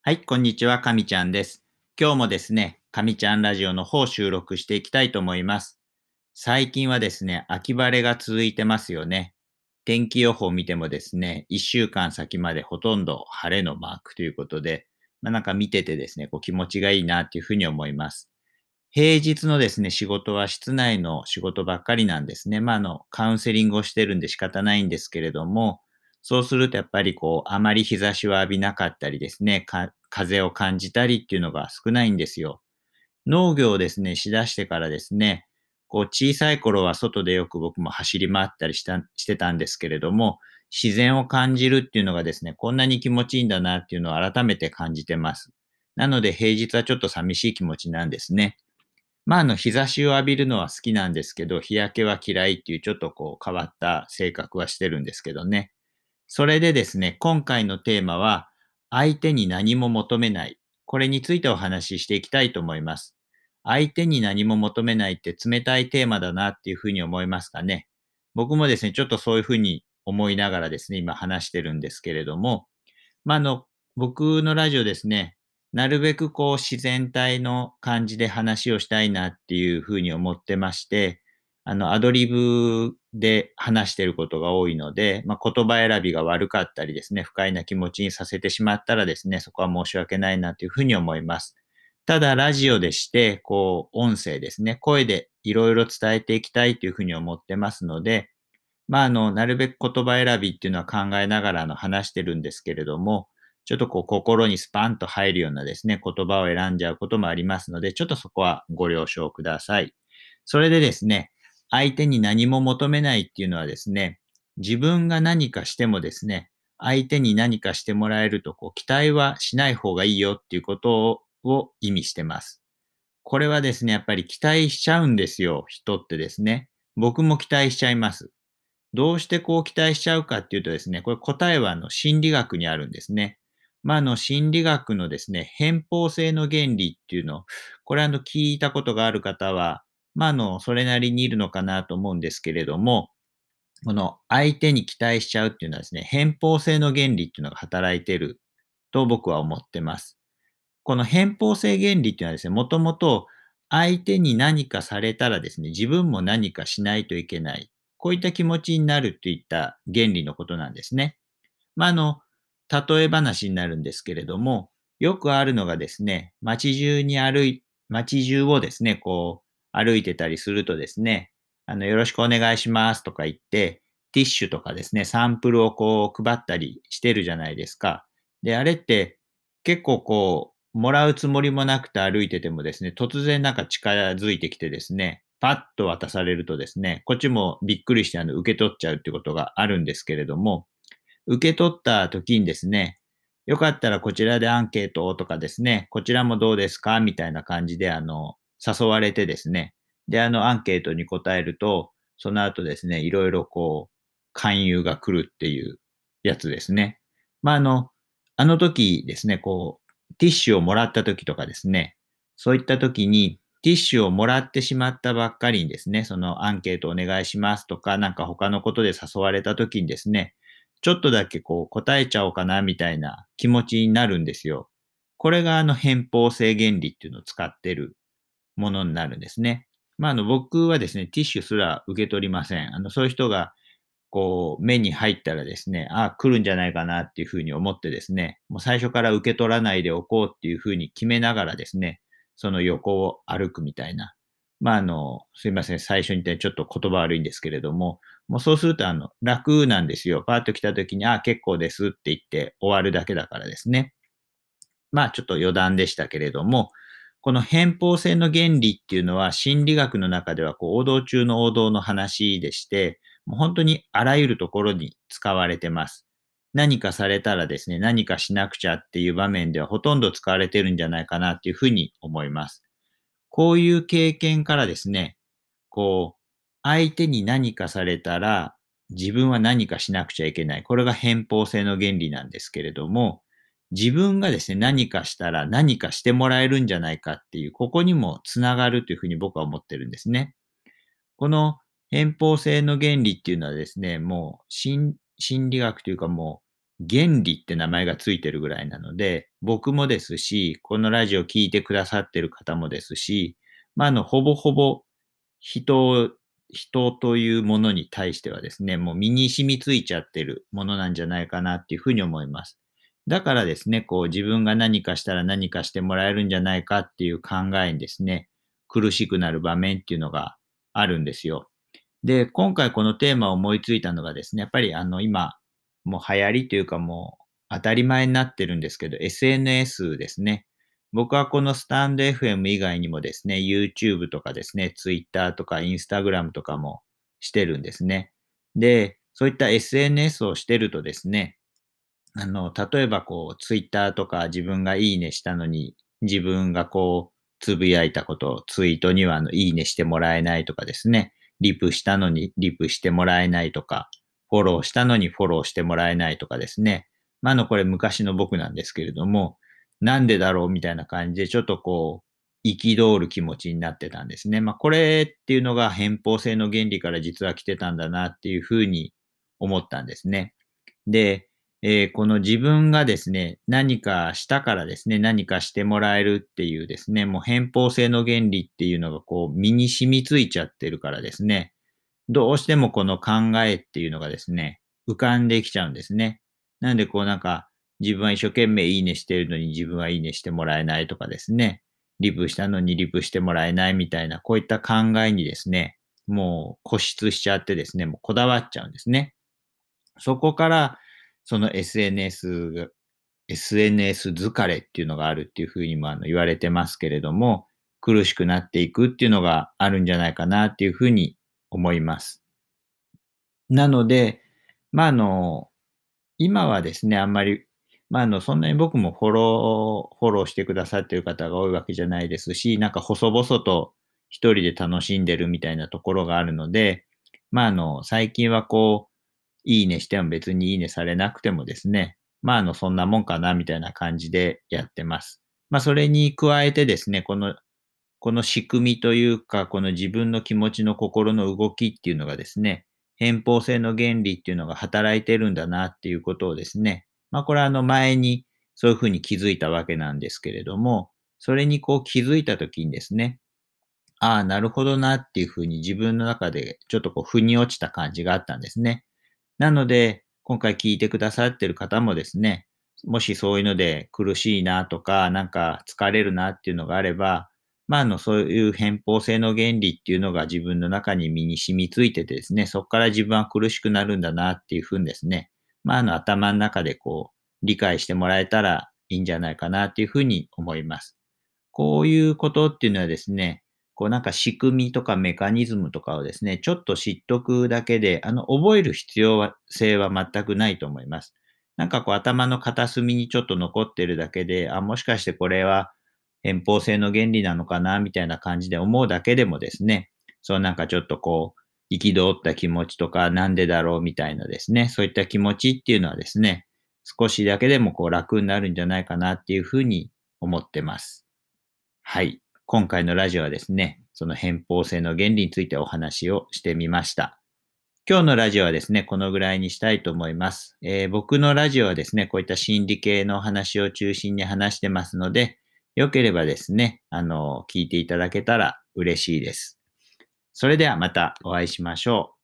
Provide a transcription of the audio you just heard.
はい、こんにちは、かみちゃんです。今日もですね、かみちゃんラジオの方を収録していきたいと思います。最近はですね、秋晴れが続いてますよね。天気予報を見てもですね、1週間先までほとんど晴れのマークということで、なんか見ててですね、気持ちがいいなっていうふうに思います。平日のですね、仕事は室内の仕事ばっかりなんですね。カウンセリングをしてるんで仕方ないんですけれども、そうするとやっぱりあまり日差しを浴びなかったりですね、風を感じたりっていうのが少ないんですよ。農業をですね、しだしてからですね、小さい頃は外でよく僕も走り回ったりしてたんですけれども、自然を感じるっていうのがですね、こんなに気持ちいいんだなっていうのを改めて感じてます。なので平日はちょっと寂しい気持ちなんですね。日差しを浴びるのは好きなんですけど、日焼けは嫌いっていうちょっと変わった性格はしてるんですけどね。それでですね、今回のテーマは、相手に何も求めない。これについてお話ししていきたいと思います。相手に何も求めないって冷たいテーマだなっていうふうに思いますかね。僕もですね、ちょっとそういうふうに思いながらですね、今話してるんですけれども、まあ、あの、僕のラジオですね、なるべく自然体の感じで話をしたいなっていうふうに思ってまして、アドリブで話してることが多いので、言葉選びが悪かったりですね、不快な気持ちにさせてしまったらですね、そこは申し訳ないなというふうに思います。ただ、ラジオでして、音声ですね、声でいろいろ伝えていきたいというふうに思ってますので、なるべく言葉選びっていうのは考えながら話してるんですけれども、ちょっと心にスパンと入るようなですね、言葉を選んじゃうこともありますので、ちょっとそこはご了承ください。それでですね、相手に何も求めないっていうのはですね、自分が何かしてもですね、相手に何かしてもらえると期待はしない方がいいよっていうことを意味してます。これはですね、やっぱり期待しちゃうんですよ、人ってですね。僕も期待しちゃいます。どうして期待しちゃうかっていうとですね、これ答えは心理学にあるんですね。心理学のですね、偏方性の原理っていうのを、これ聞いたことがある方は、それなりにいるのかなと思うんですけれども、この相手に期待しちゃうっていうのはですね、偏方性の原理っていうのが働いていると僕は思ってます。この偏方性原理っていうのはですね、もともと相手に何かされたらですね、自分も何かしないといけない。こういった気持ちになるといった原理のことなんですね。まあ、あの、例え話になるんですけれども、よくあるのがですね、街中をですね、歩いてたりするとですね、よろしくお願いしますとか言って、ティッシュとかですね、サンプルを配ったりしてるじゃないですか。で、あれって結構もらうつもりもなくて歩いててもですね、突然なんか近づいてきてですね、パッと渡されるとですね、こっちもびっくりして受け取っちゃうってことがあるんですけれども、受け取った時にですね、よかったらこちらでアンケートをとかですね、こちらもどうですかみたいな感じで、誘われてですね、で、アンケートに答えると、その後ですね、いろいろ勧誘が来るっていうやつですね。あの時ですね、ティッシュをもらった時とかですね、そういった時に、ティッシュをもらってしまったばっかりにですね、そのアンケートお願いしますとか、なんか他のことで誘われた時にですね、ちょっとだけ答えちゃおうかなみたいな気持ちになるんですよ。これが偏方性原理っていうのを使ってるものになるんですね。僕はですね、ティッシュすら受け取りません。そういう人が目に入ったらですね、あ、来るんじゃないかなっていうふうに思ってですね、もう最初から受け取らないでおこうっていうふうに決めながらですね、その横を歩くみたいな。すいません、最初に言ったちょっと言葉悪いんですけれども、もうそうすると楽なんですよ。パーッと来た時に、あ、結構ですって言って終わるだけだからですね。ちょっと余談でしたけれども、この偏方性の原理っていうのは心理学の中では王道中の王道の話でして、もう本当にあらゆるところに使われてます。何かされたらですね、何かしなくちゃっていう場面ではほとんど使われてるんじゃないかなっていうふうに思います。こういう経験からですね、相手に何かされたら自分は何かしなくちゃいけない。これが偏方性の原理なんですけれども、自分がですね、何かしたら何かしてもらえるんじゃないかっていう、ここにもつながるというふうに僕は思ってるんですね。この偏方性の原理っていうのはですね、もう心理学というかもう原理って名前がついてるぐらいなので、僕もですし、このラジオ聞いてくださってる方もですし、ほぼほぼ人人というものに対してはですね、もう身に染みついちゃってるものなんじゃないかなっていうふうに思います。だからですね、こう自分が何かしたら何かしてもらえるんじゃないかっていう考えにですね、苦しくなる場面っていうのがあるんですよ。で、今回このテーマを思いついたのがですね、やっぱり今、もう流行りというかもう当たり前になってるんですけど、SNS ですね。僕はこのスタンド FM 以外にもですね、YouTube とかですね、Twitter とか Instagram とかもしてるんですね。で、そういった SNS をしてるとですね、例えばこう、ツイッターとか自分がいいねしたのに、自分がこう、つぶやいたことをツイートにはいいねしてもらえないとかですね、リプしたのにリプしてもらえないとか、フォローしたのにフォローしてもらえないとかですね。これ昔の僕なんですけれども、なんでだろうみたいな感じでちょっとこう、憤る気持ちになってたんですね。これっていうのが偏方性の原理から実は来てたんだなっていうふうに思ったんですね。で、この自分がですね、何かしたからですね、何かしてもらえるっていうですね、もう偏方性の原理っていうのがこう身に染みついちゃってるからですね、どうしてもこの考えっていうのがですね、浮かんできちゃうんですね。なんでこうなんか、自分は一生懸命いいねしてるのに自分はいいねしてもらえないとかですね、リプしたのにリプしてもらえないみたいな、こういった考えにですね、もう固執しちゃってですね、もうこだわっちゃうんですね。そこから、その SNS 疲れっていうのがあるっていうふうにも言われてますけれども、苦しくなっていくっていうのがあるんじゃないかなっていうふうに思います。なので、まあ、あの、今はですね、あんまり、そんなに僕もフォローしてくださってる方が多いわけじゃないですし、なんか細々と一人で楽しんでるみたいなところがあるので、最近はこう、いいねしても別にいいねされなくてもですね、そんなもんかなみたいな感じでやってます。それに加えてですね、この仕組みというか、この自分の気持ちの心の動きっていうのがですね、偏方性の原理っていうのが働いてるんだなっていうことをですね、これは前にそういうふうに気づいたわけなんですけれども、それにこう気づいたときにですね、ああ、なるほどなっていうふうに自分の中でちょっとこう腑に落ちた感じがあったんですね。なので、今回聞いてくださってる方もですね、もしそういうので苦しいなとか、なんか疲れるなっていうのがあれば、そういう偏方性の原理っていうのが自分の中に身に染みついててですね、そこから自分は苦しくなるんだなっていうふうにですね、頭の中でこう、理解してもらえたらいいんじゃないかなっていうふうに思います。こういうことっていうのはですね、こうなんか仕組みとかメカニズムとかをですね、ちょっと知っとくだけで、覚える必要性は全くないと思います。なんかこう頭の片隅にちょっと残ってるだけで、もしかしてこれは偏方性の原理なのかな、みたいな感じで思うだけでもですね、そうなんかちょっとこう、憤った気持ちとか、なんでだろうみたいなですね、そういった気持ちっていうのはですね、少しだけでもこう楽になるんじゃないかなっていうふうに思ってます。はい。今回のラジオはですね、その偏方性の原理についてお話をしてみました。今日のラジオはですね、このぐらいにしたいと思います。僕のラジオはですね、こういった心理系の話を中心に話してますので、よければですね、聞いていただけたら嬉しいです。それではまたお会いしましょう。